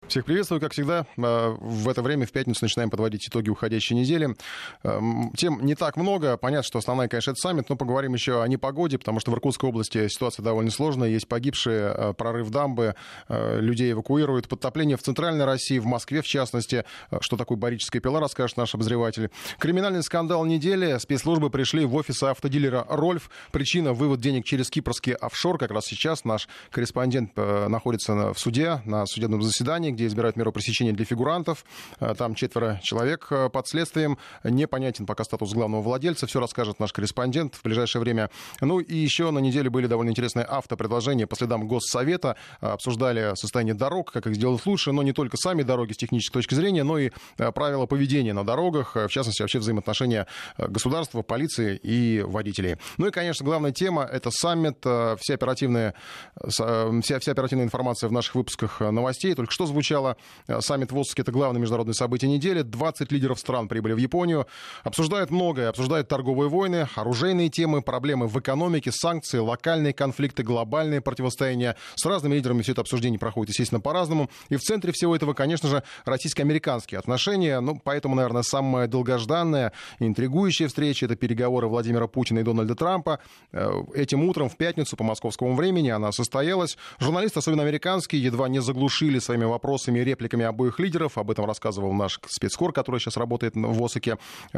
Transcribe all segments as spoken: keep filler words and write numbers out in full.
Всех приветствую, как всегда. В это время, в пятницу, начинаем подводить итоги уходящей недели. Тем не так много. Понятно, что основная, конечно, это саммит, но поговорим еще о непогоде, потому что в Иркутской области ситуация довольно сложная. Есть погибшие, прорыв дамбы, людей эвакуируют, подтопление в Центральной России, в Москве, в частности. Что такое барическая пила, расскажет наш обозреватель. Криминальный скандал недели. Спецслужбы пришли в офис автодилера «Рольф». Причина — вывод денег через кипрский офшор. Как раз сейчас наш корреспондент находится в суде, на судебном заседании, где избирают меру пресечения для фигурантов. Там четверо человек под следствием. Непонятен пока статус главного владельца. Все расскажет наш корреспондент в ближайшее время. Ну и еще на неделе были довольно интересные автопредложения по следам Госсовета. Обсуждали состояние дорог, как их сделать лучше, но не только сами дороги с технической точки зрения, но и правила поведения на дорогах, в частности, вообще взаимоотношения государства, полиции и водителей. Ну и, конечно, главная тема — это саммит. Вся оперативная, вся, вся оперативная информация в наших выпусках новостей. Только что звучало. Саммит в Осаке — это главное международное событие недели. двадцать лидеров стран прибыли в Японию. Обсуждают многое. Обсуждают торговые войны, оружейные темы, проблемы в экономике, санкции, локальные конфликты, глобальные противостояния. С разными лидерами все это обсуждение проходит, естественно, по-разному. И в центре всего этого, конечно же, российско-американские отношения. Ну, поэтому, наверное, самая долгожданная и интригующая встреча — это переговоры Владимира Путина и Дональда Трампа. Этим утром, в пятницу, по московскому времени, она состоялась. Журналисты, особенно американские, едва не заглушили своими вопросами и репликами обоих лидеров. Об этом рассказывал наш спецкор, который сейчас работает в Осаке.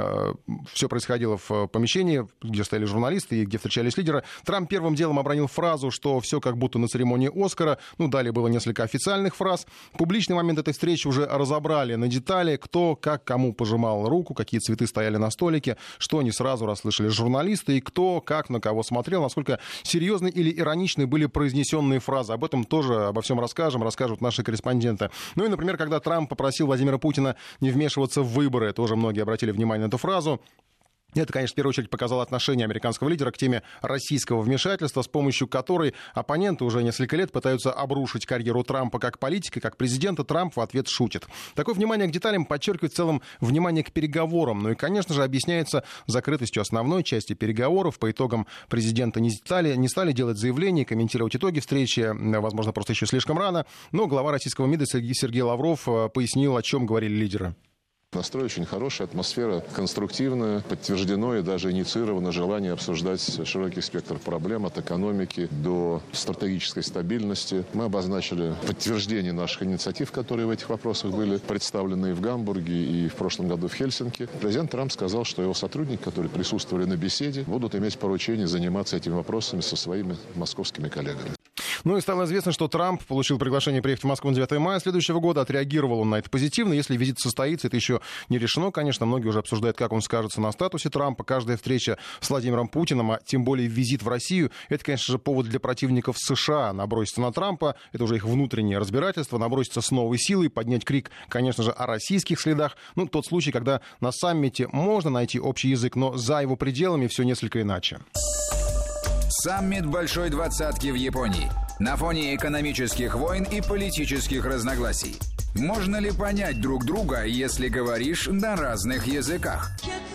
Все происходило в помещении, где стояли журналисты и где встречались лидеры. Трамп первым делом обронил фразу, что все как будто на церемонии Оскара. Ну, далее было несколько официальных фраз. Публичный момент этой встречи уже разобрали на детали, кто как кому пожимал руку, какие цветы стояли на столике, что не сразу расслышали журналисты, и кто как на кого смотрел, насколько серьезны или ироничны были произнесенные фразы. Об этом тоже обо всем расскажем, расскажут наши корреспонденты. Ну и, например, когда Трамп попросил Владимира Путина не вмешиваться в выборы, тоже многие обратили внимание на эту фразу. Это, конечно, в первую очередь показало отношение американского лидера к теме российского вмешательства, с помощью которой оппоненты уже несколько лет пытаются обрушить карьеру Трампа как политика, как президента. Трамп в ответ шутит. Такое внимание к деталям подчеркивает в целом внимание к переговорам. Ну и, конечно же, объясняется закрытостью основной части переговоров. По итогам президента не стали, не стали делать заявления, комментировать итоги встречи, возможно, просто еще слишком рано. Но глава российского МИДа Сергей, Сергей Лавров пояснил, о чем говорили лидеры. Настрой очень хороший, атмосфера конструктивная, подтверждено и даже инициировано желание обсуждать широкий спектр проблем от экономики до стратегической стабильности. Мы обозначили подтверждение наших инициатив, которые в этих вопросах были представлены и в Гамбурге, и в прошлом году в Хельсинки. Президент Трамп сказал, что его сотрудники, которые присутствовали на беседе, будут иметь поручение заниматься этими вопросами со своими московскими коллегами. Ну и стало известно, что Трамп получил приглашение приехать в Москву на девятое мая следующего года. Отреагировал он на это позитивно. Если визит состоится, это еще не решено, конечно. Многие уже обсуждают, как он скажется на статусе Трампа. Каждая встреча с Владимиром Путиным, а тем более визит в Россию, это, конечно же, повод для противников США наброситься на Трампа. Это уже их внутреннее разбирательство. Наброситься с новой силой, поднять крик, конечно же, о российских следах. Ну, тот случай, когда на саммите можно найти общий язык, но за его пределами все несколько иначе. Саммит Большой Двадцатки в Японии. На фоне экономических войн и политических разногласий. Можно ли понять друг друга, если говоришь на разных языках?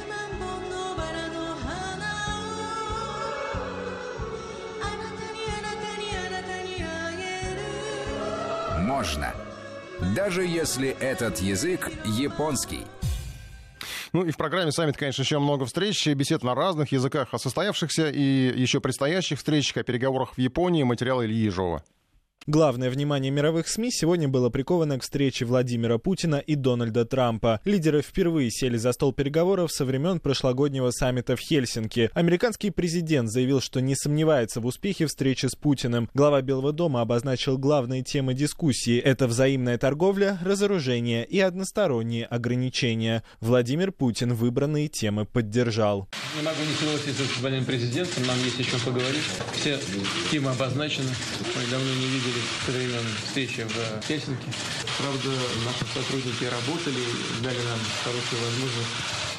Можно. Даже если этот язык японский. Ну и в программе «Саммит», конечно, еще много встреч, бесед на разных языках о состоявшихся и еще предстоящих встречах, о переговорах в Японии. Материал Ильи Ежова. Главное внимание мировых СМИ сегодня было приковано к встрече Владимира Путина и Дональда Трампа. Лидеры впервые сели за стол переговоров со времен прошлогоднего саммита в Хельсинки. Американский президент заявил, что не сомневается в успехе встречи с Путиным. Глава Белого дома обозначил главные темы дискуссии. Это взаимная торговля, разоружение и односторонние ограничения. Владимир Путин выбранные темы поддержал. Не могу не согласиться с господином президентом, нам есть о чем поговорить. Все темы обозначены. Мы давно не видели со времен встречи в Хельсинки. Правда, наши сотрудники работали, дали нам хорошую возможность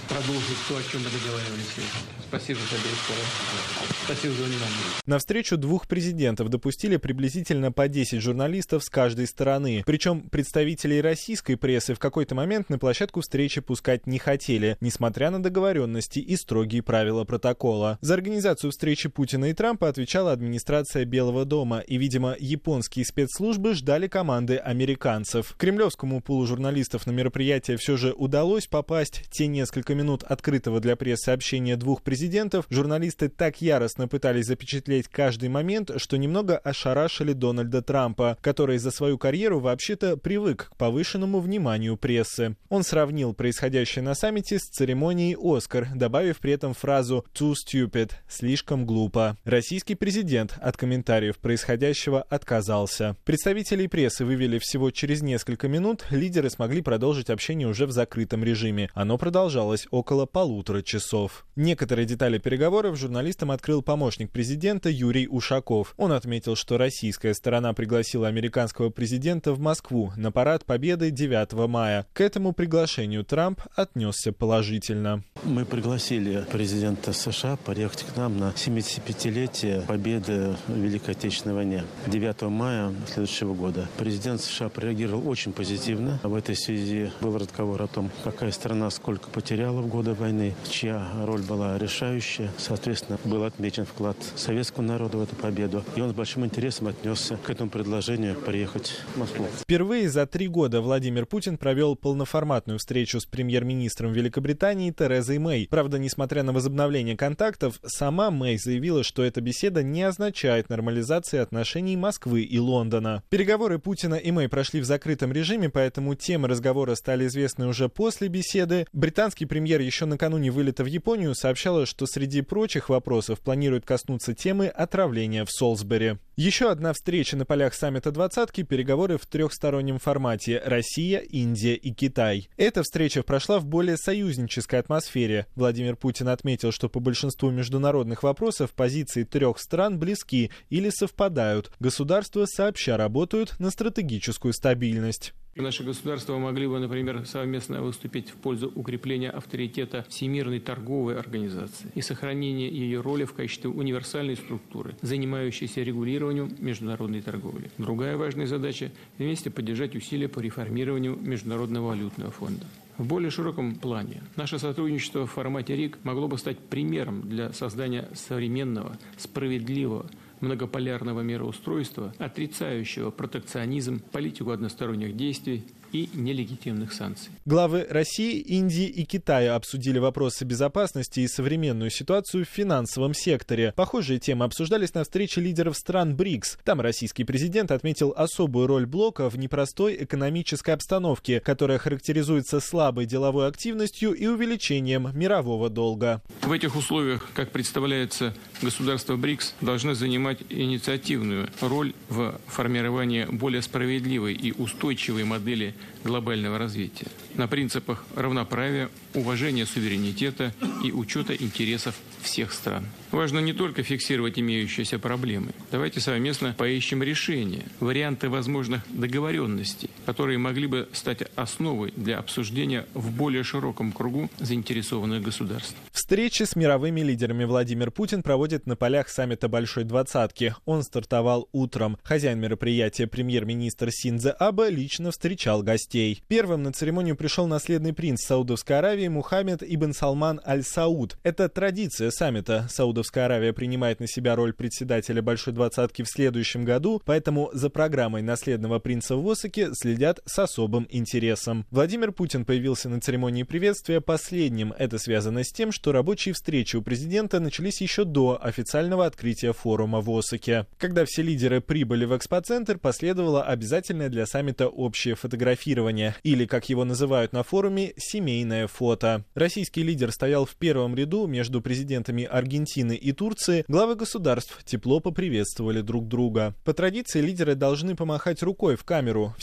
продолжить то, о чем мы договаривались. Спасибо с обеих сторон. Спасибо за внимание. На встречу двух президентов допустили приблизительно по десять журналистов с каждой стороны. Причем представителей российской прессы в какой-то момент на площадку встречи пускать не хотели, несмотря на договоренности и строгие правила протокола. За организацию встречи Путина и Трампа отвечала администрация Белого дома, и, видимо, японские спецслужбы ждали команды американцев. Кремлевскому пулу журналистов на мероприятие все же удалось попасть. Те несколько минут открытого для прессы общения двух президентов журналисты так яростно пытались запечатлеть каждый момент, что немного ошарашили Дональда Трампа, который за свою карьеру вообще-то привык к повышенному вниманию прессы. Он сравнил происходящее на саммите с церемонией «Оскар», добавив при этом фразу «too stupid» — «слишком глупо». Российский президент от комментариев происходящего отказался. Представителей прессы вывели всего через несколько минут, лидеры смогли продолжить общение уже в закрытом режиме. Оно продолжалось около полутора часов. Некоторые детали переговоров журналистам открыл помощник президента Юрий Ушаков. Он отметил, что российская сторона пригласила американского президента в Москву на парад Победы девятого мая. К этому приглашению Трамп отнесся положительно. Мы пригласили президента США приехать к нам на семидесятипятилетие Победы в Великой Отечественной войне девятого мая следующего года. Президент США прореагировал очень позитивно. В этой связи был разговор о том, какая страна сколько потеряла в годы войны, чья роль была решающая. Соответственно, был отмечен вклад советского народа в эту победу. И он с большим интересом отнесся к этому предложению приехать в Москву. Впервые за три года Владимир Путин провел полноформатную встречу с премьер-министром Великобритании Терезой Мэй. Правда, несмотря на возобновление контактов, сама Мэй заявила, что эта беседа не означает нормализации отношений Москвы и Лондона. Переговоры Путина и Мэй прошли в закрытом режиме, поэтому темы разговора стали известны уже после беседы. Британский премьер еще накануне вылета в Японию сообщала, что среди прочих вопросов планирует коснуться темы отравления в Солсбери. Еще одна встреча на полях саммита двадцатки, переговоры в трехстороннем формате: Россия, Индия и Китай. Эта встреча прошла в более союзнической атмосфере. Владимир Путин отметил, что по большинству международных вопросов позиции трех стран близки или совпадают. Государства сообща работают на стратегическую стабильность. Наши государства могли бы, например, совместно выступить в пользу укрепления авторитета Всемирной торговой организации и сохранения ее роли в качестве универсальной структуры, занимающейся регулированием международной торговли. Другая важная задача – вместе поддержать усилия по реформированию Международного валютного фонда. В более широком плане наше сотрудничество в формате РИК могло бы стать примером для создания современного, справедливого, многополярного мироустройства, отрицающего протекционизм, политику односторонних действий и нелегитимных санкций. Главы России, Индии и Китая обсудили вопросы безопасности и современную ситуацию в финансовом секторе. Похожие темы обсуждались на встрече лидеров стран БРИКС. Там российский президент отметил особую роль блока в непростой экономической обстановке, которая характеризуется слабой деловой активностью и увеличением мирового долга. В этих условиях, как представляется, государства БРИКС должны занимать инициативную роль в формировании более справедливой и устойчивой модели глобального развития на принципах равноправия, уважения суверенитета и учета интересов всех стран. Важно не только фиксировать имеющиеся проблемы. Давайте совместно поищем решения, варианты возможных договоренностей, которые могли бы стать основой для обсуждения в более широком кругу заинтересованных государств. Встречи с мировыми лидерами Владимир Путин проводит на полях саммита Большой Двадцатки. Он стартовал утром. Хозяин мероприятия, премьер-министр Синдзо Абе, лично встречал гостей. Первым на церемонию пришел наследный принц Саудовской Аравии Мухаммед ибн Салман аль-Сауд. Это традиция саммита. Саудовская Аравия принимает на себя роль председателя Большой Двадцатки в следующем году, поэтому за программой наследного принца в Осаке следят с особым интересом. Владимир Путин появился на церемонии приветствия последним. Это связано с тем, что рабочие встречи у президента начались еще до официального открытия форума в Осаке. Когда все лидеры прибыли в экспоцентр, последовало обязательное для саммита общее фотографирование, или, как его называют на форуме, семейное фото. Российский лидер стоял в первом ряду между президентами Аргентины и Турции. Главы государств тепло поприветствовали друг друга. По традиции лидеры должны помахать рукой в камеру. Все участники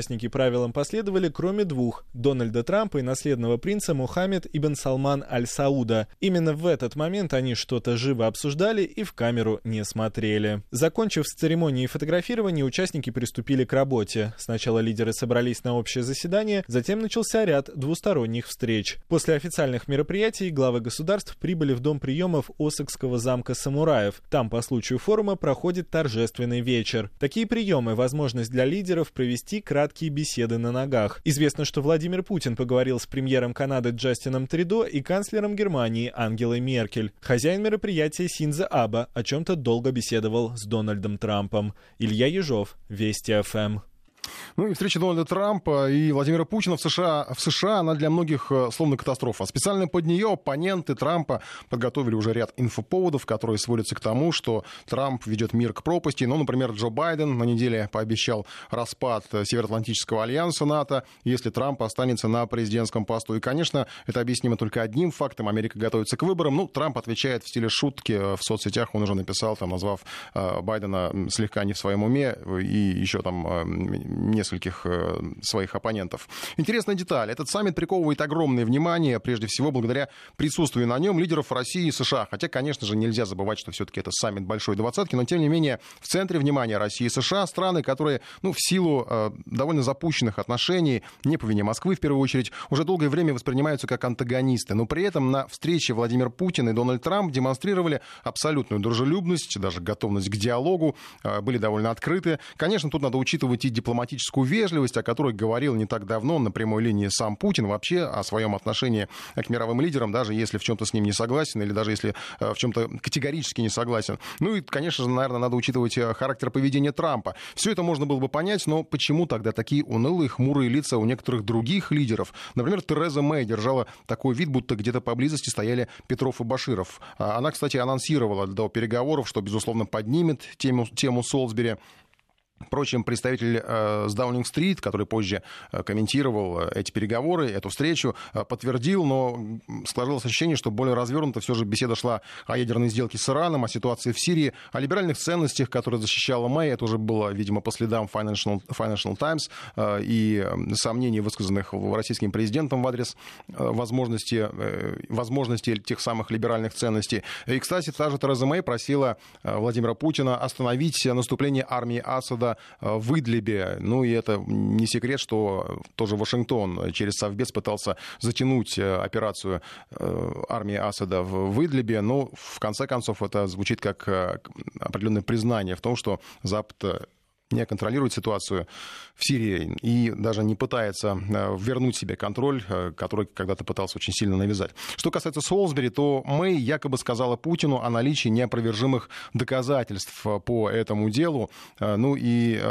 участники правилам последовали, кроме двух – Дональда Трампа и наследного принца Мухаммед ибн Салман аль-Сауда. Именно в этот момент они что-то живо обсуждали и в камеру не смотрели. Закончив с церемонией фотографирования, участники приступили к работе. Сначала лидеры собрались на общее заседание, затем начался ряд двусторонних встреч. После официальных мероприятий главы государств прибыли в дом приемов Осакского замка самураев. Там по случаю форума проходит торжественный вечер. Такие приемы – возможность для лидеров провести краткие беседы на ногах. Известно, что Владимир Путин поговорил с премьером Канады Джастином Трюдо и канцлером Германии Ангелой Меркель. Хозяин мероприятия Синдзо Абе о чем-то долго беседовал с Дональдом Трампом. Илья Ежов, Вести эф эм. Ну и встреча Дональда Трампа и Владимира Путина в США, в США, она для многих словно катастрофа. Специально под нее оппоненты Трампа подготовили уже ряд инфоповодов, которые сводятся к тому, что Трамп ведет мир к пропасти. Ну, например, Джо Байден на неделе пообещал распад Североатлантического альянса НАТО, если Трамп останется на президентском посту. И, конечно, это объяснимо только одним фактом. Америка готовится к выборам. Ну, Трамп отвечает в стиле шутки в соцсетях. Он уже написал, там, назвав э, Байдена слегка не в своем уме и еще там э, нескольких э, своих оппонентов. Интересная деталь. Этот саммит приковывает огромное внимание, прежде всего, благодаря присутствию на нем лидеров России и США. Хотя, конечно же, нельзя забывать, что все-таки это саммит Большой Двадцатки, но, тем не менее, в центре внимания России и США, страны, которые, ну, в силу э, довольно запущенных отношений, не по вине Москвы, в первую очередь, уже долгое время воспринимаются как антагонисты. Но при этом на встрече Владимир Путин и Дональд Трамп демонстрировали абсолютную дружелюбность, даже готовность к диалогу, э, были довольно открыты. Конечно, тут надо учитывать и дипломатическую вежливость, о которой говорил не так давно на прямой линии сам Путин, вообще о своем отношении к мировым лидерам, даже если в чем-то с ним не согласен или даже если в чем-то категорически не согласен. Ну и, конечно же, наверное, надо учитывать характер поведения Трампа. Все это можно было бы понять, но почему тогда такие унылые, хмурые лица у некоторых других лидеров? Например, Тереза Мэй держала такой вид, будто где-то поблизости стояли Петров и Баширов. Она, кстати, анонсировала до переговоров, что, безусловно, поднимет тему, тему Солсбери. Впрочем, представитель э, с Даунинг-стрит, который позже э, комментировал э, эти переговоры, эту встречу, э, подтвердил, но сложилось ощущение, что более развернуто все же беседа шла о ядерной сделке с Ираном, о ситуации в Сирии, о либеральных ценностях, которые защищала Мэй. Это уже было, видимо, по следам Financial, Financial Times э, и э, сомнений, высказанных российским президентом в адрес э, возможности, э, возможности тех самых либеральных ценностей. И, кстати, та же Тереза Мэй просила э, Владимира Путина остановить наступление армии Асада в Идлибе. Ну и это не секрет, что тоже Вашингтон через Совбез пытался затянуть операцию армии Асада в Идлибе, но в конце концов это звучит как определенное признание в том, что Запад не контролирует ситуацию в Сирии и даже не пытается вернуть себе контроль, который когда-то пытался очень сильно навязать. Что касается Солсбери, то Мэй якобы сказала Путину о наличии неопровержимых доказательств по этому делу. Ну и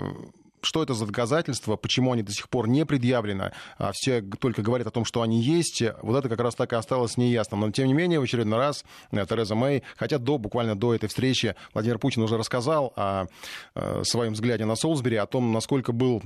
что это за доказательства, почему они до сих пор не предъявлены, а все только говорят о том, что они есть, вот это как раз так и осталось неясным. Но, тем не менее, в очередной раз Тереза Мэй, хотя до, буквально до этой встречи Владимир Путин уже рассказал о, о своем взгляде на Солсбери, о том, насколько был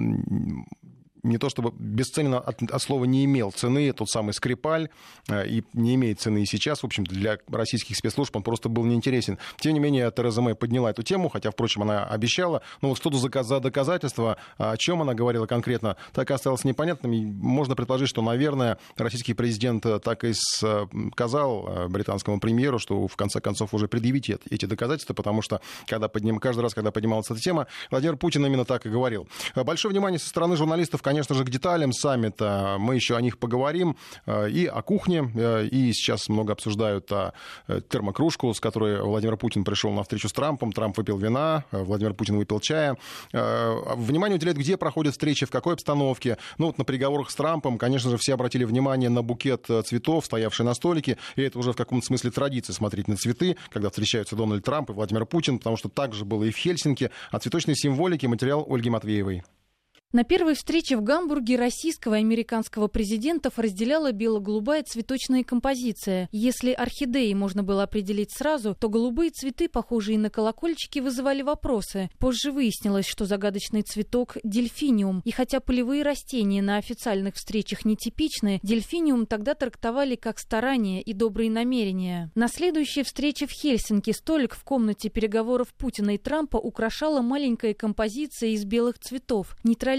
не то чтобы бесценно от, от слова не имел цены, тот самый Скрипаль, и не имеет цены и сейчас, в общем-то, для российских спецслужб он просто был неинтересен. Тем не менее, Тереза Мэй подняла эту тему, хотя, впрочем, она обещала. Но вот что-то за доказательства, о чем она говорила конкретно, так и осталось непонятным. И можно предположить, что, наверное, российский президент так и сказал британскому премьеру, что в конце концов уже предъявите эти доказательства, потому что когда подним... каждый раз, когда поднималась эта тема, Владимир Путин именно так и говорил. Большое внимание со стороны журналистов, конечно же, к деталям саммита. Мы еще о них поговорим. И о кухне. И сейчас много обсуждают о термокружку, с которой Владимир Путин пришел на встречу с Трампом. Трамп выпил вина, Владимир Путин выпил чая. Внимание уделяют, где проходят встречи, в какой обстановке. Ну вот на переговорах с Трампом, конечно же, все обратили внимание на букет цветов, стоявший на столике. И это уже в каком-то смысле традиция смотреть на цветы, когда встречаются Дональд Трамп и Владимир Путин, потому что так же было и в Хельсинки. О цветочной символике материал Ольги Матвеевой. На первой встрече в Гамбурге российского и американского президентов разделяла бело-голубая цветочная композиция. Если орхидеи можно было определить сразу, то голубые цветы, похожие на колокольчики, вызывали вопросы. Позже выяснилось, что загадочный цветок – дельфиниум. И хотя полевые растения на официальных встречах нетипичны, дельфиниум тогда трактовали как старание и добрые намерения. На следующей встрече в Хельсинки столик в комнате переговоров Путина и Трампа украшала маленькая композиция из белых цветов. Нейтральный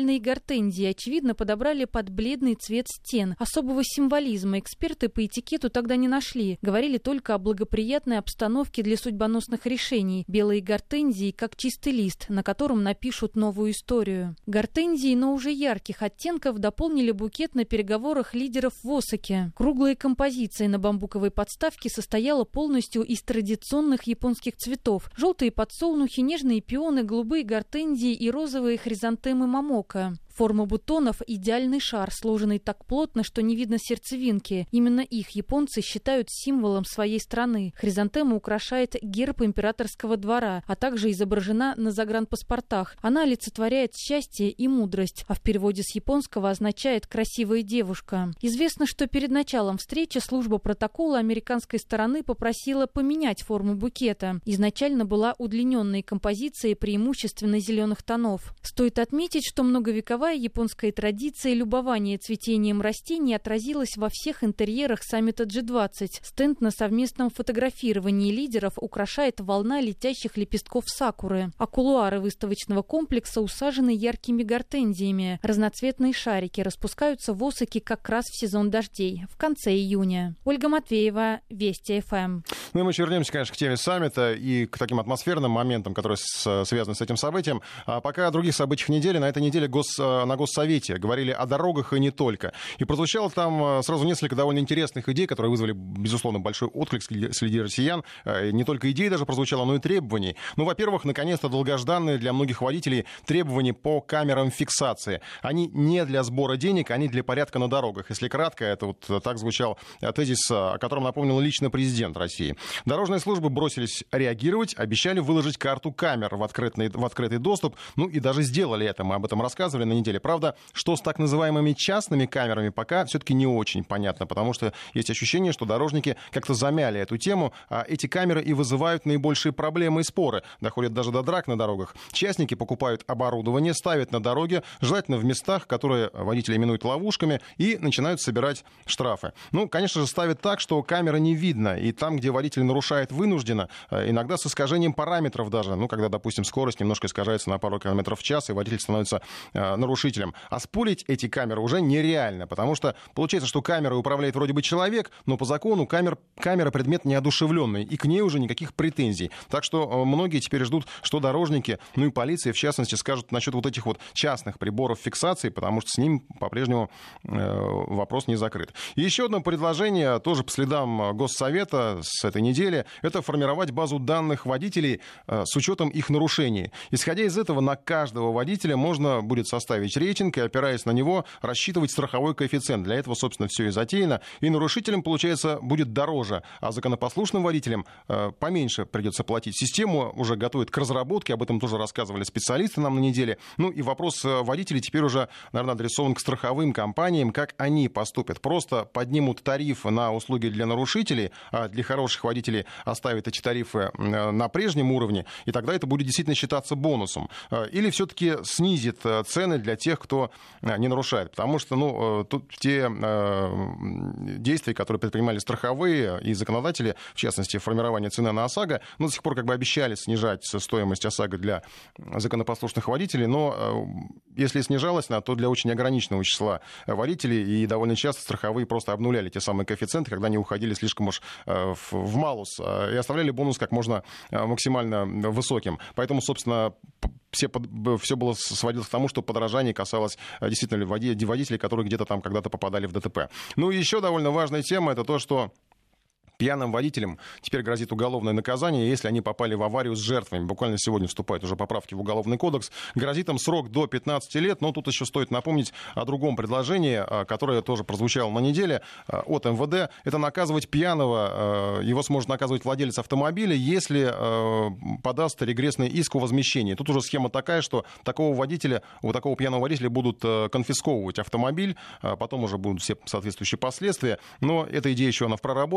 национальные гортензии, очевидно, подобрали под бледный цвет стен. Особого символизма эксперты по этикету тогда не нашли. Говорили только о благоприятной обстановке для судьбоносных решений. Белые гортензии как чистый лист, на котором напишут новую историю. Гортензии, но уже ярких оттенков, дополнили букет на переговорах лидеров в Осаке. Круглая композиция на бамбуковой подставке состояла полностью из традиционных японских цветов. Желтые подсолнухи, нежные пионы, голубые гортензии и розовые хризантемы мамока. Форма бутонов – идеальный шар, сложенный так плотно, что не видно сердцевинки. Именно их японцы считают символом своей страны. Хризантема украшает герб императорского двора, а также изображена на загранпаспортах. Она олицетворяет счастье и мудрость, а в переводе с японского означает «красивая девушка». Известно, что перед началом встречи служба протокола американской стороны попросила поменять форму букета. Изначально была удлиненная композиция преимущественно зеленых тонов. Стоит отметить, что многовековая японская традиция любования цветением растений отразилась во всех интерьерах саммита джи двадцать. Стенд на совместном фотографировании лидеров украшает волна летящих лепестков сакуры. А кулуары выставочного комплекса усажены яркими гортензиями. Разноцветные шарики распускаются в Осаке как раз в сезон дождей, в конце июня. Ольга Матвеева, Вести эф эм. Ну и мы еще вернемся, конечно, к теме саммита и к таким атмосферным моментам, которые с, связаны с этим событием. А пока о других событиях недели, на этой неделе гос на Госсовете говорили о дорогах и не только. И прозвучало там сразу несколько довольно интересных идей, которые вызвали, безусловно, большой отклик среди россиян. Не только идей даже прозвучало, но и требований. Ну, во-первых, наконец-то долгожданные для многих водителей требования по камерам фиксации. Они не для сбора денег, они для порядка на дорогах. Если кратко, это вот так звучал тезис, о котором напомнил лично президент России. Дорожные службы бросились реагировать, обещали выложить карту камер в открытый, в открытый доступ. Ну и даже сделали это. Мы об этом рассказывали на неделе. Правда, что с так называемыми частными камерами, пока все-таки не очень понятно, потому что есть ощущение, что дорожники как-то замяли эту тему, а эти камеры и вызывают наибольшие проблемы и споры. Доходят даже до драк на дорогах. Частники покупают оборудование, ставят на дороге, желательно в местах, которые водители именуют ловушками, и начинают собирать штрафы. Ну, конечно же, ставят так, что камеры не видно, и там, где водитель нарушает вынужденно, иногда с искажением параметров даже, ну, когда, допустим, скорость немножко искажается на пару километров в час, и водитель становится нарушителем. Оспорить эти камеры уже нереально, потому что получается, что камерой управляет вроде бы человек, но по закону камер, камера предмет неодушевленный, и к ней уже никаких претензий. Так что многие теперь ждут, что дорожники, ну и полиция, в частности, скажут насчет вот этих вот частных приборов фиксации, потому что с ним по-прежнему э, вопрос не закрыт. И еще одно предложение, тоже по следам Госсовета с этой недели, это формировать базу данных водителей э, с учетом их нарушений. Исходя из этого, на каждого водителя можно будет составить рейтинг и, опираясь на него, рассчитывать страховой коэффициент. Для этого, собственно, все и затеяно. И нарушителям, получается, будет дороже, а законопослушным водителям э, поменьше придется платить. Систему уже готовят к разработке, об этом тоже рассказывали специалисты нам на неделе. Ну и вопрос водителей теперь уже, наверное, адресован к страховым компаниям, как они поступят. Просто поднимут тарифы на услуги для нарушителей, а для хороших водителей оставят эти тарифы на прежнем уровне, и тогда это будет действительно считаться бонусом. Или все-таки снизит цены для тех, кто не нарушает. Потому что, ну, тут те действия, которые предпринимали страховые и законодатели, в частности, формирование цены на ОСАГО, ну, до сих пор как бы обещали снижать стоимость ОСАГО для законопослушных водителей, но если снижалась она, то для очень ограниченного числа водителей, и довольно часто страховые просто обнуляли те самые коэффициенты, когда они уходили слишком уж в малус, и оставляли бонус как можно максимально высоким. Поэтому, собственно, все, все было сводилось к тому, что подорожание касалось действительно водителей, которые где-то там когда-то попадали в ДТП. Ну и еще довольно важная тема — это то, что пьяным водителям теперь грозит уголовное наказание, если они попали в аварию с жертвами. Буквально сегодня вступают уже поправки в Уголовный кодекс. Грозит им срок до пятнадцати лет, но тут еще стоит напомнить о другом предложении, которое тоже прозвучало на неделе от эм вэ дэ. Это наказывать пьяного, его сможет наказывать владелец автомобиля, если подаст регрессный иск о возмещении. Тут уже схема такая, что такого водителя, у такого пьяного водителя будут конфисковывать автомобиль, потом уже будут все соответствующие последствия. Но эта идея еще она в проработке.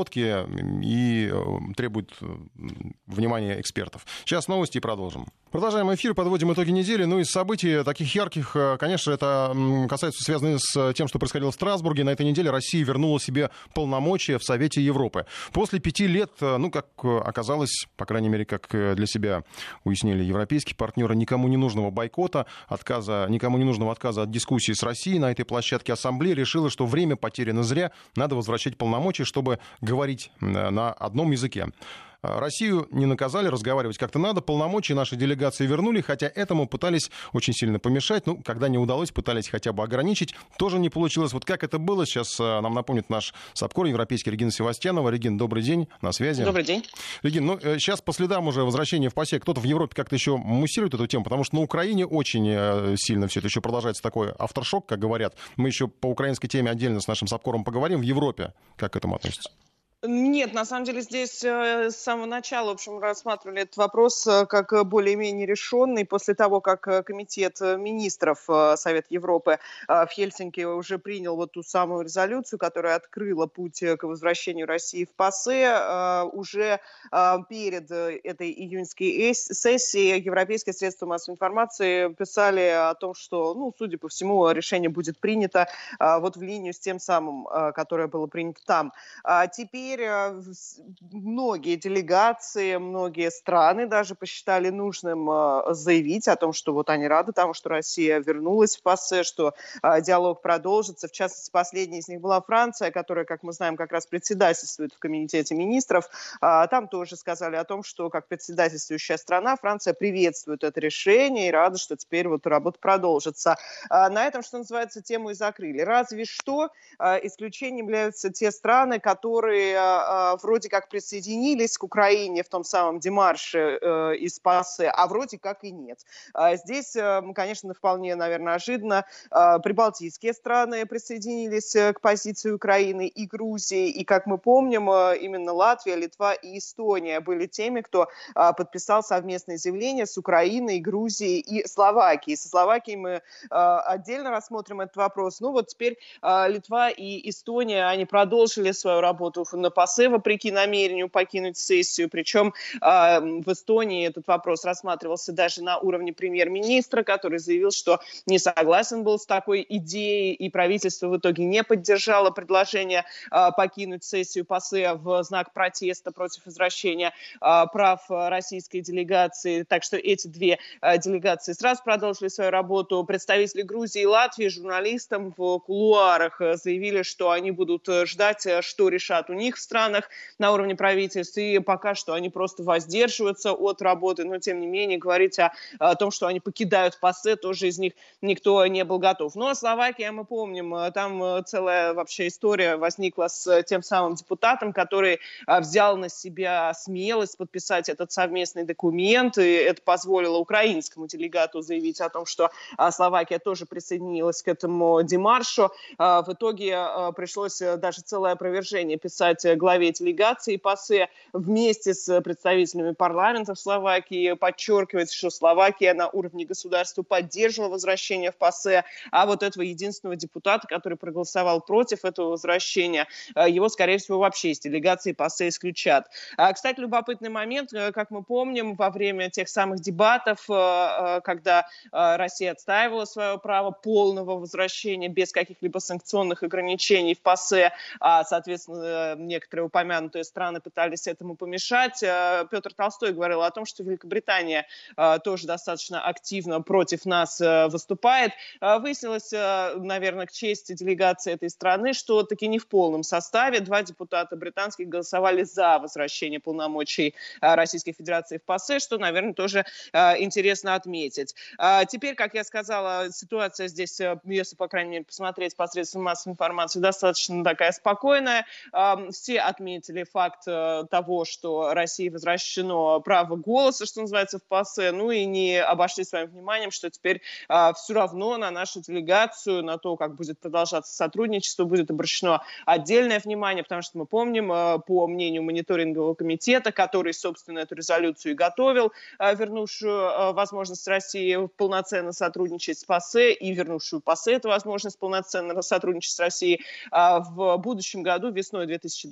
и требует внимания экспертов. Сейчас новости и продолжим. Продолжаем эфир, подводим итоги недели. Ну, из событий таких ярких, конечно, это касается, связано с тем, что происходило в Страсбурге. На этой неделе Россия вернула себе полномочия в Совете Европы. После пяти лет, ну, как оказалось, по крайней мере, как для себя уяснили европейские партнеры, никому не нужного бойкота, отказа, никому не нужного отказа от дискуссии с Россией на этой площадке, Ассамблея решила, что время потеряно зря, надо возвращать полномочия, чтобы говорить на одном языке. Россию не наказали, разговаривать как-то надо, полномочия нашей делегации вернули, хотя этому пытались очень сильно помешать, ну, когда не удалось, пытались хотя бы ограничить, тоже не получилось. Вот как это было, сейчас нам напомнит наш САПКОР европейский Регина Севастьянова. Регин, добрый день, на связи. Добрый день. Регин, ну, сейчас по следам уже возвращения в ПАСЕ, кто-то в Европе как-то еще муссирует эту тему, потому что на Украине очень сильно все это еще продолжается, такой авторшок, как говорят. Мы еще по украинской теме отдельно с нашим САПКОРом поговорим. В Европе как к этому относится? Нет, на самом деле здесь с самого начала, в общем, рассматривали этот вопрос как более-менее решенный. После того, как Комитет министров Совета Европы в Хельсинки уже принял вот ту самую резолюцию, которая открыла путь к возвращению России в ПАСЕ, уже перед этой июньской сессией европейские средства массовой информации писали о том, что, ну, судя по всему, решение будет принято вот в линию с тем самым, которое было принято там. Теперь многие делегации, многие страны даже посчитали нужным заявить о том, что вот они рады тому, что Россия вернулась в ПАСЕ, что диалог продолжится. В частности, последняя из них была Франция, которая, как мы знаем, как раз председательствует в Комитете министров. Там тоже сказали о том, что как председательствующая страна Франция приветствует это решение и рада, что теперь вот работа продолжится. На этом, что называется, тему и закрыли. Разве что исключением являются те страны, которые вроде как присоединились к Украине в том самом демарше э, из ПАСЕ, а вроде как и нет. А здесь, э, конечно, вполне, наверное, ожиданно, э, прибалтийские страны присоединились к позиции Украины и Грузии, и, как мы помним, э, именно Латвия, Литва и Эстония были теми, кто э, подписал совместное заявление с Украиной, Грузией и Словакией. Со Словакией мы э, отдельно рассмотрим этот вопрос. Ну вот теперь э, Литва и Эстония, они продолжили свою работу на ПАСЕ, вопреки намерению покинуть сессию. Причем э, в Эстонии этот вопрос рассматривался даже на уровне премьер-министра, который заявил, что не согласен был с такой идеей, и правительство в итоге не поддержало предложение э, покинуть сессию ПАСЕ в знак протеста против возвращения э, прав российской делегации. Так что эти две э, делегации сразу продолжили свою работу. Представители Грузии и Латвии журналистам в кулуарах заявили, что они будут ждать, что решат у них в странах на уровне правительств, и пока что они просто воздерживаются от работы, но тем не менее говорить о, о том, что они покидают ПАСЕ, тоже из них никто не был готов. Но Словакия, мы помним, там целая вообще история возникла с тем самым депутатом, который взял на себя смелость подписать этот совместный документ, и это позволило украинскому делегату заявить о том, что Словакия тоже присоединилась к этому демаршу. В итоге пришлось даже целое опровержение писать главе делегации ПАСЕ вместе с представителями парламентов Словакии, подчеркивать, что Словакия на уровне государства поддерживала возвращение в ПАСЕ, а вот этого единственного депутата, который проголосовал против этого возвращения, его, скорее всего, вообще из делегации ПАСЕ исключат. Кстати, любопытный момент, как мы помним, во время тех самых дебатов, когда Россия отстаивала свое право полного возвращения без каких-либо санкционных ограничений в ПАСЕ, а, соответственно, некоторые упомянутые страны пытались этому помешать. Петр Толстой говорил о том, что Великобритания тоже достаточно активно против нас выступает. Выяснилось, наверное, к чести делегации этой страны, что таки не в полном составе. Два депутата британских голосовали за возвращение полномочий Российской Федерации в ПАСЕ, что, наверное, тоже интересно отметить. Теперь, как я сказала, ситуация здесь, если, по крайней мере, посмотреть посредством массовой информации, достаточно такая спокойная. Все отметили факт того, что России возвращено право голоса, что называется, в ПАСЕ, ну и не обошли своим вниманием, что теперь а, все равно на нашу делегацию, на то, как будет продолжаться сотрудничество, будет обращено отдельное внимание, потому что мы помним, а, по мнению мониторингового комитета, который, собственно, эту резолюцию и готовил, а, вернувшую а, возможность России полноценно сотрудничать с ПАСЕ и вернувшую ПАСЕ эту возможность полноценно сотрудничать с Россией, а, в будущем году, весной две тысячи двадцать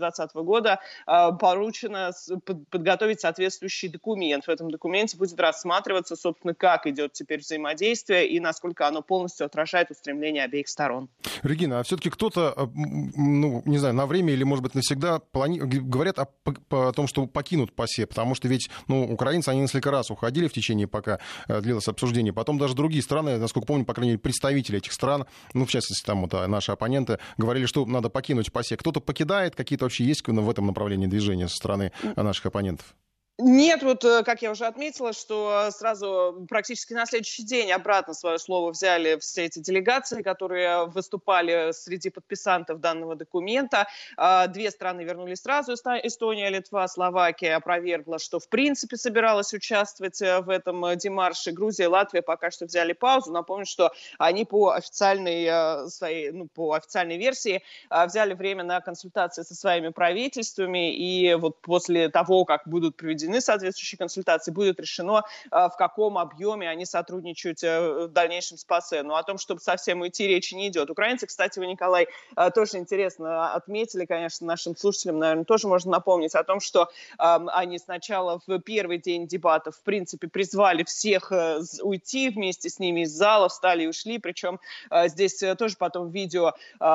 двадцатого года поручено подготовить соответствующий документ. В этом документе будет рассматриваться, собственно, как идет теперь взаимодействие и насколько оно полностью отражает устремления обеих сторон. Регина, а все-таки кто-то, ну, не знаю, на время или, может быть, навсегда плани... говорят о, о том, что покинут ПАСЕ, потому что ведь, ну, украинцы, они несколько раз уходили в течение, пока длилось обсуждение. Потом даже другие страны, насколько помню, по крайней мере, представители этих стран, ну, в частности, там вот наши оппоненты, говорили, что надо покинуть ПАСЕ. Кто-то покидает, какие-то вообще есть в этом направлении движения со стороны наших оппонентов? Нет, вот, как я уже отметила, что сразу практически на следующий день обратно свое слово взяли все эти делегации, которые выступали среди подписантов данного документа. Две страны вернулись сразу, Эстония, Литва, Словакия опровергла, что в принципе собиралась участвовать в этом демарше. Грузия и Латвия пока что взяли паузу. Напомню, что они по официальной, своей, ну, по официальной версии взяли время на консультации со своими правительствами, и вот после того, как будут проведены соответствующие консультации, будет решено, в каком объеме они сотрудничают в дальнейшем с ПАСЕ. Но о том, чтобы совсем уйти, речи не идет. Украинцы, кстати, вы, Николай, тоже интересно отметили, конечно, нашим слушателям, наверное, тоже можно напомнить о том, что они сначала в первый день дебатов, в принципе, призвали всех уйти вместе с ними из зала, встали и ушли. Причем здесь тоже потом видео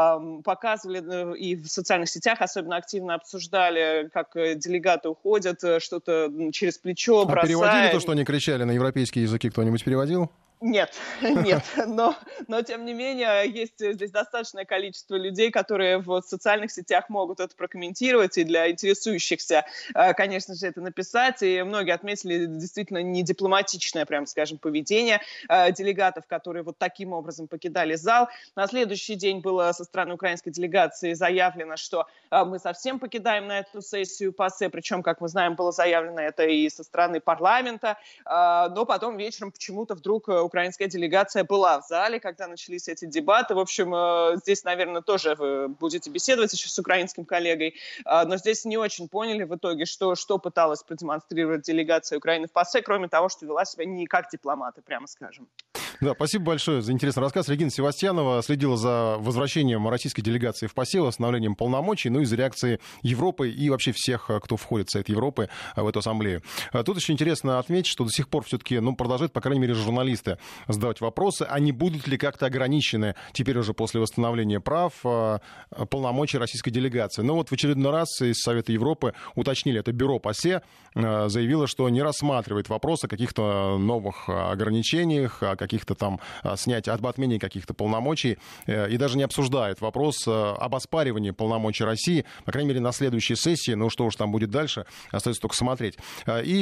показывали и в социальных сетях особенно активно обсуждали, как делегаты уходят, что-то через плечо бросая. А переводили то, что они кричали на европейские языки? Кто-нибудь переводил? Нет, нет, но, но тем не менее есть здесь достаточное количество людей, которые в социальных сетях могут это прокомментировать, и для интересующихся, конечно же, это написать, и многие отметили действительно недипломатичное, прям скажем, поведение делегатов, которые вот таким образом покидали зал. На следующий день было со стороны украинской делегации заявлено, что мы совсем покидаем на эту сессию ПАСЕ, причем, как мы знаем, было заявлено это и со стороны парламента, но потом вечером почему-то вдруг украинская делегация была в зале, когда начались эти дебаты. В общем, здесь, наверное, тоже вы будете беседовать еще с украинским коллегой, но здесь не очень поняли в итоге, что, что пыталась продемонстрировать делегация Украины в ПАСЕ, кроме того, что вела себя не как дипломаты, прямо скажем. Да, спасибо большое за интересный рассказ. Регина Севастьянова следила за возвращением российской делегации в ПАСЕ, восстановлением полномочий, ну и за реакцией Европы и вообще всех, кто входит в Совет Европы, в эту ассамблею. Тут еще интересно отметить, что до сих пор все-таки, ну, продолжают, по крайней мере, журналисты задавать вопросы, а не будут ли как-то ограничены теперь уже после восстановления прав полномочия российской делегации. Ну вот в очередной раз из Совета Европы уточнили, это бюро ПАСЕ заявило, что не рассматривает вопрос о каких-то новых ограничениях, о каких-то там снятии, об отмене каких-то полномочий, и даже не обсуждает вопрос об оспаривании полномочий России, по крайней мере, на следующей сессии. Ну что уж там будет дальше, остается только смотреть. И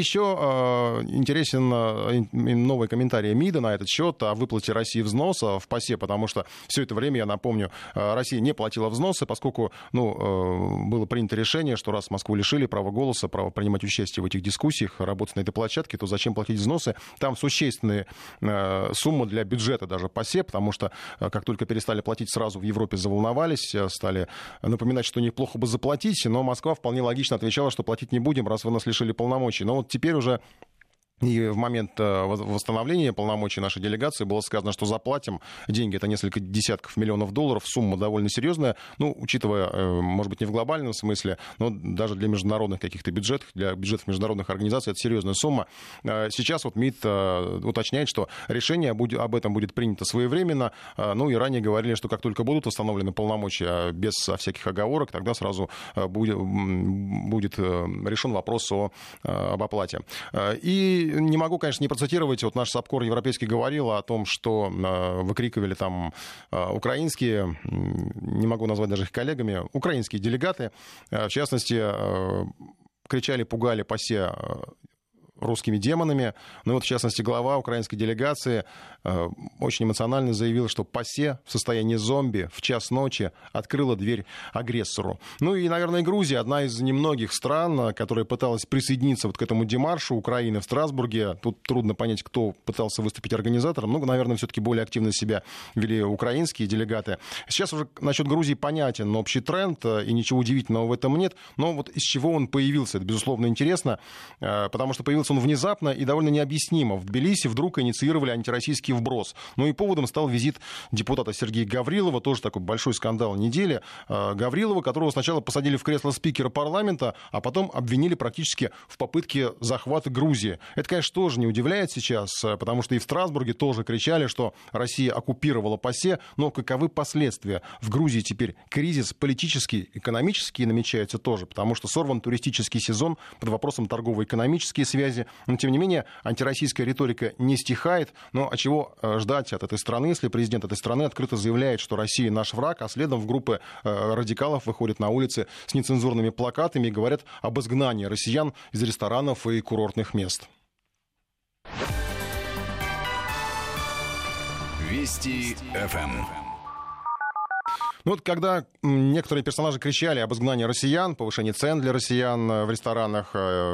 еще интересен новый комментарий МИДа на этот счет о выплате России взноса в ПАСЕ, потому что все это время, я напомню, Россия не платила взносы, поскольку, ну, было принято решение, что раз Москву лишили права голоса, права принимать участие в этих дискуссиях, работать на этой площадке, то зачем платить взносы? Там существенные суммы для бюджета даже ПАСЕ, потому что как только перестали платить, сразу в Европе заволновались, стали напоминать, что неплохо бы заплатить, но Москва вполне логично отвечала, что платить не будем, раз вы нас лишили полномочий. Но вот теперь уже и в момент восстановления полномочий нашей делегации было сказано, что заплатим. Деньги — это несколько десятков миллионов долларов. Сумма довольно серьезная. Ну, учитывая, может быть, не в глобальном смысле, но даже для международных каких-то бюджетов, для бюджетов международных организаций это серьезная сумма. Сейчас вот МИД уточняет, что решение об этом будет принято своевременно. Ну и ранее говорили, что как только будут восстановлены полномочия без всяких оговорок, тогда сразу будет, будет решен вопрос о, об оплате. И не могу, конечно, не процитировать. Вот наш САПКОР европейский говорил о том, что э, выкрикивали там э, украинские, не могу назвать даже их коллегами, украинские делегаты. Э, в частности, э, кричали, пугали ПАСЕ э, русскими демонами. Ну вот, в частности, глава украинской делегации э, очень эмоционально заявил, что ПАСЕ в состоянии зомби в час ночи открыла дверь агрессору. Ну и, наверное, Грузия, одна из немногих стран, которая пыталась присоединиться вот к этому демаршу Украины в Страсбурге. Тут трудно понять, кто пытался выступить организатором. Ну, наверное, все-таки более активно себя вели украинские делегаты. Сейчас уже насчет Грузии понятен общий тренд, и ничего удивительного в этом нет. Но вот из чего он появился, это, безусловно, интересно, потому что появился случился он внезапно и довольно необъяснимо. В Тбилиси вдруг инициировали антироссийский вброс. Ну и поводом стал визит депутата Сергея Гаврилова, тоже такой большой скандал недели. Гаврилова, которого сначала посадили в кресло спикера парламента, а потом обвинили практически в попытке захвата Грузии. Это, конечно, тоже не удивляет сейчас, потому что и в Страсбурге тоже кричали, что Россия оккупировала ПАСЕ, но каковы последствия? В Грузии теперь кризис политический, экономический намечается тоже, потому что сорван туристический сезон, под вопросом торгово-экономические связи. Но, тем не менее, антироссийская риторика не стихает. Но а чего ждать от этой страны, если президент этой страны открыто заявляет, что Россия наш враг, а следом в группы радикалов выходят на улицы с нецензурными плакатами и говорят об изгнании россиян из ресторанов и курортных мест. Вести эф эм. Ну вот когда некоторые персонажи кричали об изгнании россиян, повышении цен для россиян в ресторанах,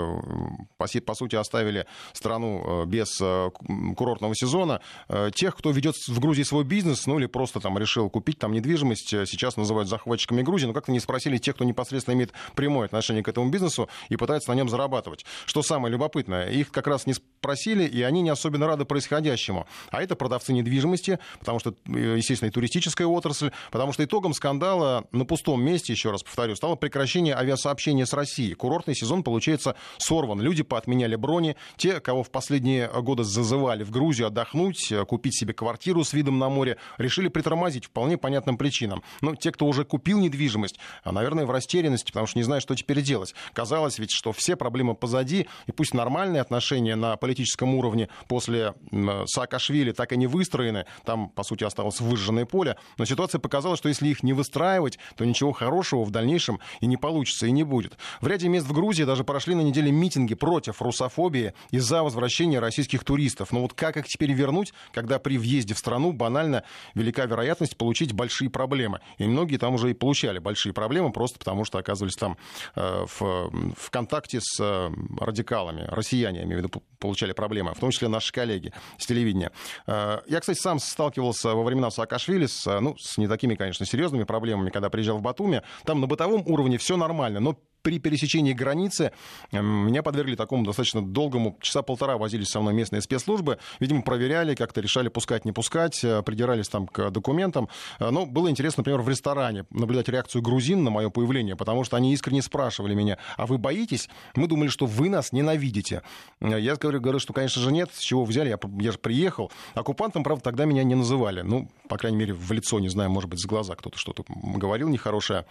по, по сути оставили страну без курортного сезона, тех, кто ведет в Грузии свой бизнес, ну или просто там решил купить там недвижимость, сейчас называют захватчиками Грузии, но как-то не спросили тех, кто непосредственно имеет прямое отношение к этому бизнесу и пытается на нем зарабатывать. Что самое любопытное, их как раз не спросили, и они не особенно рады происходящему. А это продавцы недвижимости, потому что, естественно, и туристическая отрасль, потому что итогом скандала на пустом месте, еще раз повторю, стало прекращение авиасообщения с Россией. Курортный сезон, получается, сорван. Люди поотменяли брони. Те, кого в последние годы зазывали в Грузию отдохнуть, купить себе квартиру с видом на море, решили притормозить вполне понятным причинам. Но те, кто уже купил недвижимость, наверное, в растерянности, потому что не знают, что теперь делать. Казалось ведь, что все проблемы позади, и пусть нормальные отношения на политическом уровне после Саакашвили так и не выстроены, там, по сути, осталось выжженное поле, но ситуация показала, что если их не выстраивать, то ничего хорошего в дальнейшем и не получится, и не будет. В ряде мест в Грузии даже прошли на неделе митинги против русофобии и за возвращение российских туристов. Но вот как их теперь вернуть, когда при въезде в страну банально велика вероятность получить большие проблемы? И многие там уже и получали большие проблемы, просто потому что оказывались там э, в, в контакте с э, радикалами. Россияне, я имею в виду, получали проблемы, в том числе наши коллеги с телевидения. Э, я, кстати, сам сталкивался во времена Саакашвили с, ну, с не такими, конечно, серьезными проблемами, когда приезжал в Батуми. Там на бытовом уровне все нормально, но при пересечении границы меня подвергли такому достаточно долгому, часа полтора возились со мной местные спецслужбы, видимо, проверяли, как-то решали пускать, не пускать, придирались там к документам. Но было интересно, например, в ресторане наблюдать реакцию грузин на мое появление, потому что они искренне спрашивали меня: а вы боитесь? Мы думали, что вы нас ненавидите. Я говорю, говорю что, конечно же, нет. С чего взяли? Я, я же приехал. Оккупантом, правда, тогда меня не называли. Ну, по крайней мере, в лицо, не знаю, может быть, с глаза кто-то что-то говорил нехорошее.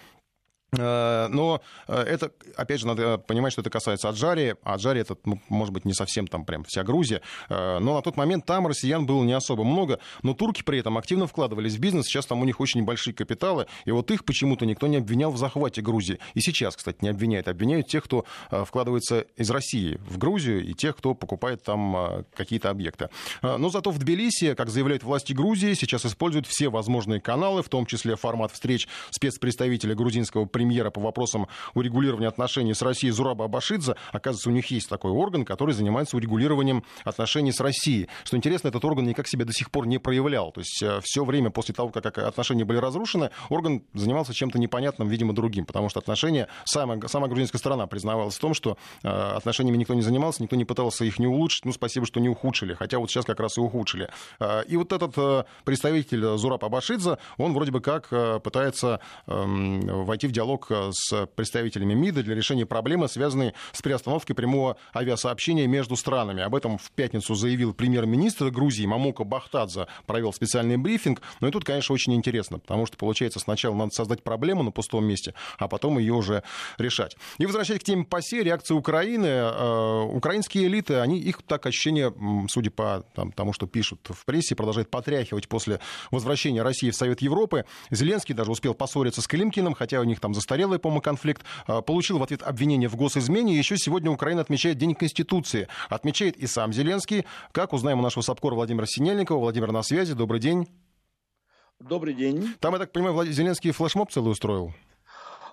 Но это, опять же, надо понимать, что это касается Аджарии. Аджария — это, ну, может быть, не совсем там прям вся Грузия. Но на тот момент там россиян было не особо много. Но турки при этом активно вкладывались в бизнес. Сейчас там у них очень большие капиталы. И вот их почему-то никто не обвинял в захвате Грузии. И сейчас, кстати, не обвиняют. Обвиняют тех, кто вкладывается из России в Грузию, и тех, кто покупает там какие-то объекты. Но зато в Тбилиси, как заявляют власти Грузии, сейчас используют все возможные каналы, в том числе формат встреч спецпредставителя грузинского премьера премьера по вопросам урегулирования отношений с Россией Зураба Абашидзе. Оказывается, у них есть такой орган, который занимается урегулированием отношений с Россией. Что интересно, этот орган никак себя до сих пор не проявлял. То есть все время после того, как отношения были разрушены, орган занимался чем-то непонятным, видимо, другим. Потому что отношения, сама, сама грузинская сторона признавалась в том, что отношениями никто не занимался, никто не пытался их не улучшить. Ну, спасибо, что не ухудшили. Хотя вот сейчас как раз и ухудшили. И вот этот представитель Зураб Абашидзе, он вроде бы как пытается войти в диалог с представителями МИДа для решения проблемы, связанной с приостановкой прямого авиасообщения между странами. Об этом в пятницу заявил премьер-министр Грузии Мамука Бахтадзе, провел специальный брифинг. Ну и тут, конечно, очень интересно, потому что, получается, сначала надо создать проблему на пустом месте, а потом ее уже решать. И возвращаясь к теме ПАСЕ, реакция Украины. Э, украинские элиты, они, их так ощущение, судя по там, тому, что пишут в прессе, продолжает потряхивать после возвращения России в Совет Европы. Зеленский даже успел поссориться с Климкиным, хотя у них там застарелый, по-моему, конфликт, получил в ответ обвинение в госизмене. Еще сегодня Украина отмечает День Конституции. Отмечает и сам Зеленский. Как узнаем у нашего САПКОРа Владимира Синельникова. Владимир на связи. Добрый день. Добрый день. Там, я так понимаю, Зеленский флешмоб целый устроил?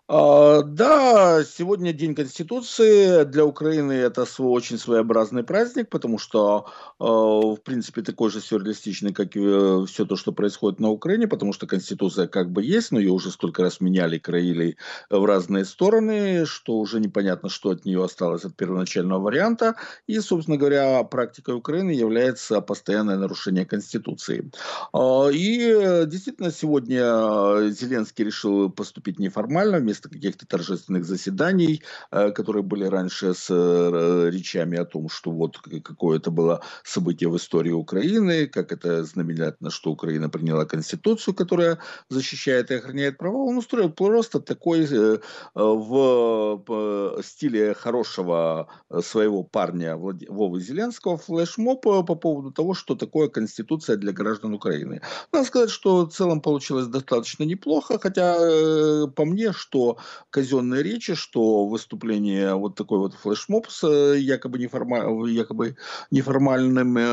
А, да, сегодня День Конституции. Для Украины это свой, очень своеобразный праздник, потому что, э, в принципе, такой же сюрреалистичный, как и э, все то, что происходит на Украине, потому что Конституция как бы есть, но ее уже столько раз меняли, краили в разные стороны, что уже непонятно, что от нее осталось от первоначального варианта. И, собственно говоря, практикой Украины является постоянное нарушение Конституции. А, И э, действительно, сегодня Зеленский решил поступить неформально, вместо каких-то торжественных заседаний, э, которые были раньше с э, речами о том, что вот какое это было событие в истории Украины, как это знаменательно, что Украина приняла Конституцию, которая защищает и охраняет права. Он устроил просто такой э, в э, стиле хорошего своего парня Влад... Вовы Зеленского флешмоб по поводу того, что такое Конституция для граждан Украины. Надо сказать, что в целом получилось достаточно неплохо, хотя э, по мне, что казенные речи, что выступление, вот такой вот флешмоб с якобы, неформа... якобы неформальным, э,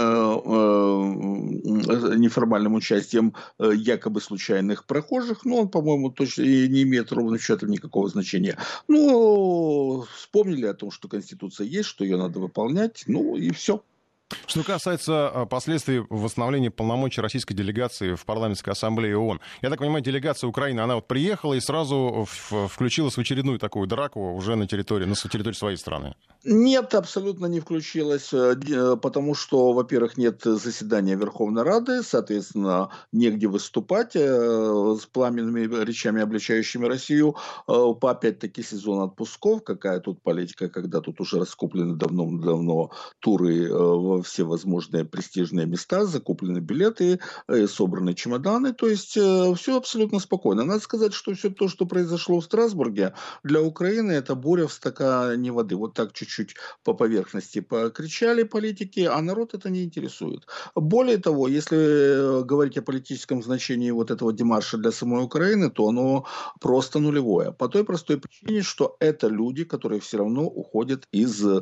э, неформальным участием э, якобы случайных прохожих, но он, по-моему, точно не имеет ровным счетом никакого значения. Ну, вспомнили о том, что Конституция есть, что ее надо выполнять, ну и все. Что касается последствий восстановления полномочий российской делегации в парламентской ассамблее ООН. Я так понимаю, делегация Украины, она вот приехала и сразу включилась в очередную такую драку уже на территории, на территории своей страны. Нет, абсолютно не включилась, потому что, во-первых, нет заседания Верховной Рады, соответственно, негде выступать с пламенными речами, обличающими Россию. По опять-таки сезон отпусков, какая тут политика, когда тут уже раскуплены давно-давно туры во все возможные престижные места, закуплены билеты, собраны чемоданы, то есть все абсолютно спокойно. Надо сказать, что все то, что произошло в Страсбурге, для Украины это буря в стакане воды. Вот так чуть-чуть по поверхности покричали политики, а народ это не интересует. Более того, если говорить о политическом значении вот этого демарша для самой Украины, то оно просто нулевое. По той простой причине, что это люди, которые все равно уходят из э,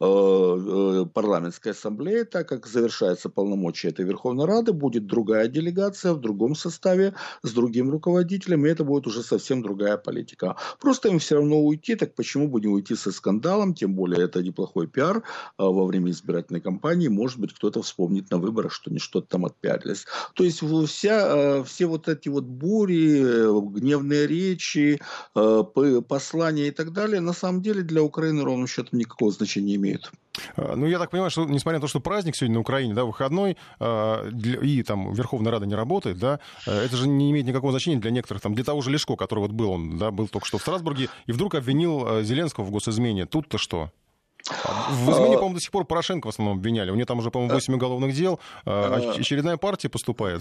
э, парламентской ассамблеи, так как завершается полномочия этой Верховной Рады, будет другая делегация в другом составе, с другим руководителем, и это будет уже совсем другая политика. Просто им все равно уйти, так почему бы не уйти со скандалом, тем более это неплохой пиар во время избирательной кампании, может быть, кто-то вспомнит на выборах, что они что-то там отпиарились. То есть вся, все вот эти вот бури, гневные речи, послания и так далее, на самом деле для Украины ровным счетом никакого значения не имеют. Ну, я так понимаю, что, несмотря на то, что праздник сегодня на Украине, да, выходной, э, для, и там Верховная Рада не работает, да, э, это же не имеет никакого значения для некоторых, там, для того же Лешко, который вот был, он, да, был только что в Страсбурге, и вдруг обвинил э, Зеленского в госизмене. Тут-то что? В измене, по-моему, до сих пор Порошенко в основном обвиняли. У него там уже, по-моему, восемь уголовных дел, э, очередная партия поступает.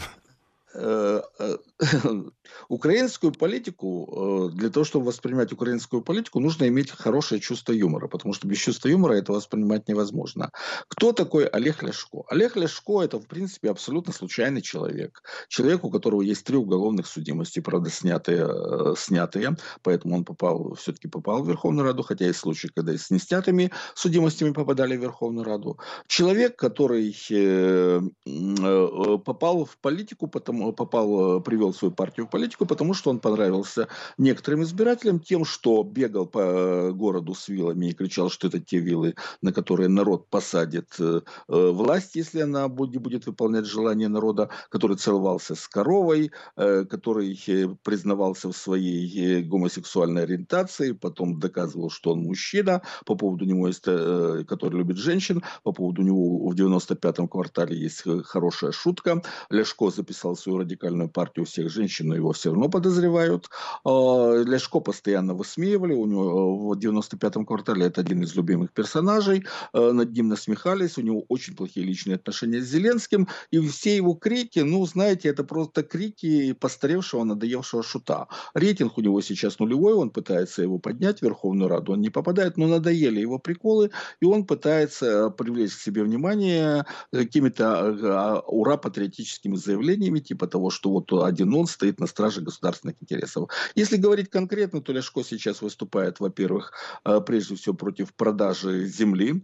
Украинскую политику, для того, чтобы воспринимать украинскую политику, нужно иметь хорошее чувство юмора, потому что без чувства юмора это воспринимать невозможно. Кто такой Олег Ляшко? Олег Ляшко это, в принципе, абсолютно случайный человек. Человек, у которого есть три уголовных судимости, правда, снятые, снятые, поэтому он попал, все-таки попал в Верховную Раду, хотя есть случаи, когда и с неснятыми судимостями попадали в Верховную Раду. Человек, который попал в политику, потому попал, привел свою партию в политику, потому что он понравился некоторым избирателям тем, что бегал по городу с вилами и кричал, что это те вилы, на которые народ посадит э, власть, если она будет, будет выполнять желание народа, который целовался с коровой, э, который признавался в своей гомосексуальной ориентации, потом доказывал, что он мужчина, по поводу него есть, э, который любит женщин, по поводу него в девяносто пятом квартале есть хорошая шутка. Ляшко записал свою радикальную партию всех женщин, но его все равно подозревают. Ляшко постоянно высмеивали. У него в девяносто пятом квартале это один из любимых персонажей. Над ним насмехались. У него очень плохие личные отношения с Зеленским. И все его крики, ну, знаете, это просто крики постаревшего, надоевшего шута. Рейтинг у него сейчас нулевой. Он пытается его поднять в Верховную Раду. Он не попадает, но надоели его приколы. И он пытается привлечь к себе внимание какими-то ура-патриотическими заявлениями, типа типа того, что вот один он стоит на страже государственных интересов. Если говорить конкретно, то Ляшко сейчас выступает, во-первых, прежде всего против продажи земли.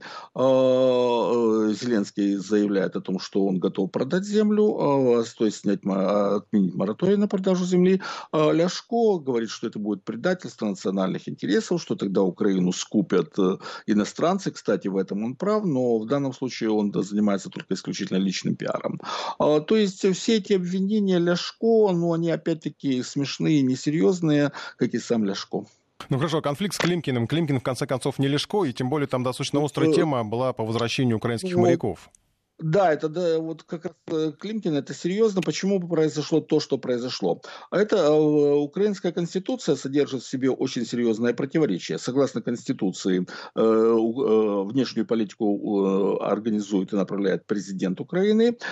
Зеленский заявляет о том, что он готов продать землю, то есть снять, отменить мораторий на продажу земли. Ляшко говорит, что это будет предательство национальных интересов, что тогда Украину скупят иностранцы. Кстати, в этом он прав, но в данном случае он занимается только исключительно личным пиаром. То есть все эти обвинения Ляшко, ну, они опять-таки смешные, несерьезные, как и сам Ляшко. Ну хорошо, конфликт с Климкиным. Климкин, в конце концов, не Ляшко, и тем более там достаточно острая тема была по возвращению украинских моряков. Да, это да, вот как раз Климкин, это серьезно. Почему произошло то, что произошло? Это э, украинская конституция содержит в себе очень серьезное противоречие. Согласно конституции, э, э, внешнюю политику э, организует и направляет президент Украины, э,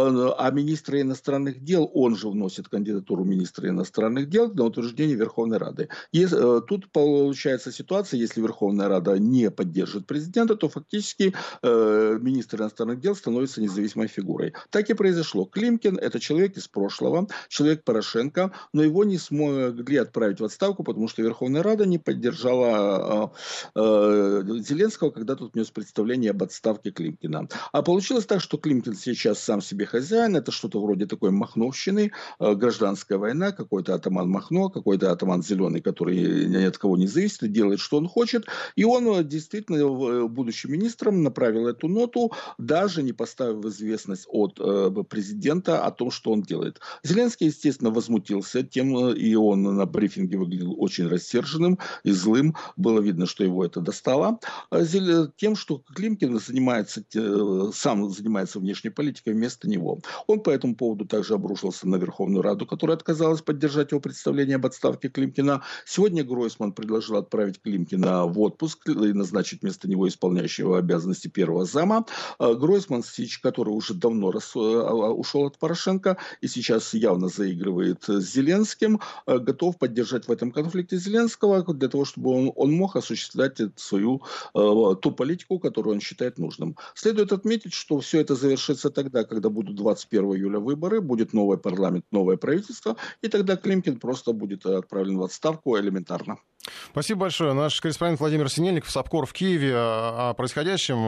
а министра иностранных дел, он же вносит кандидатуру министра иностранных дел на утверждение Верховной Рады. И, э, тут получается ситуация, если Верховная Рада не поддержит президента, то фактически э, министр иностранных дел становится независимой фигурой. Так и произошло. Климкин – это человек из прошлого, человек Порошенко, но его не смогли отправить в отставку, потому что Верховная Рада не поддержала э, э, Зеленского, когда тот внес представление об отставке Климкина. А получилось так, что Климкин сейчас сам себе хозяин, это что-то вроде такой махновщины, э, гражданская война, какой-то атаман Махно, какой-то атаман Зеленый, который ни от кого не зависит, делает, что он хочет. И он действительно, будучи министром, направил эту ноту, даже не поставил в известность от э, президента о том, что он делает. Зеленский, естественно, возмутился тем, и он на брифинге выглядел очень рассерженным и злым. Было видно, что его это достало. Тем, что Климкин занимается, э, сам занимается внешней политикой вместо него. Он по этому поводу также обрушился на Верховную Раду, которая отказалась поддержать его представление об отставке Климкина. Сегодня Гройсман предложил отправить Климкина в отпуск и назначить вместо него исполняющего обязанности первого зама. Гройсман, который уже давно рас... ушел от Порошенко и сейчас явно заигрывает с Зеленским, готов поддержать в этом конфликте Зеленского для того, чтобы он, он мог осуществлять свою ту политику, которую он считает нужным. Следует отметить, что все это завершится тогда, когда будут двадцать первого июля выборы, будет новый парламент, новое правительство, и тогда Климкин просто будет отправлен в отставку элементарно. Спасибо большое. Наш корреспондент Владимир Синельников, САПКОР в Киеве, о происходящем,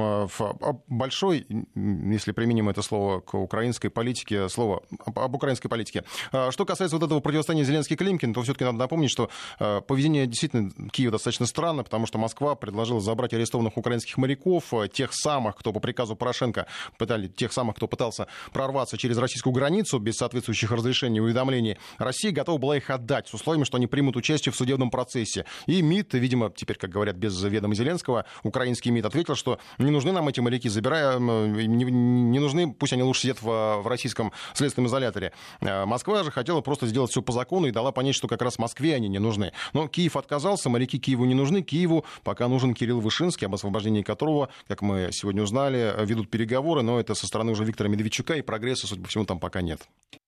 о большой, если применим это слово к украинской политике, слово об украинской политике. Что касается вот этого противостояния Зеленский-Климкин, то все-таки надо напомнить, что поведение действительно Киева достаточно странно, потому что Москва предложила забрать арестованных украинских моряков, тех самых, кто по приказу Порошенко пытали, тех самых, кто пытался прорваться через российскую границу без соответствующих разрешений и уведомлений. Россия готова была их отдать с условием, что они примут участие в судебном процессе. И МИД, видимо, теперь, как говорят, без ведома Зеленского, украинский МИД ответил, что не нужны нам эти моряки, забирая, не, не нужны, пусть они лучше сидят в, в российском следственном изоляторе. Москва же хотела просто сделать все по закону и дала понять, что как раз Москве они не нужны. Но Киев отказался, моряки Киеву не нужны. Киеву пока нужен Кирилл Вышинский, об освобождении которого, как мы сегодня узнали, ведут переговоры, но это со стороны уже Виктора Медведчука, и прогресса, судя по всему, там пока нет.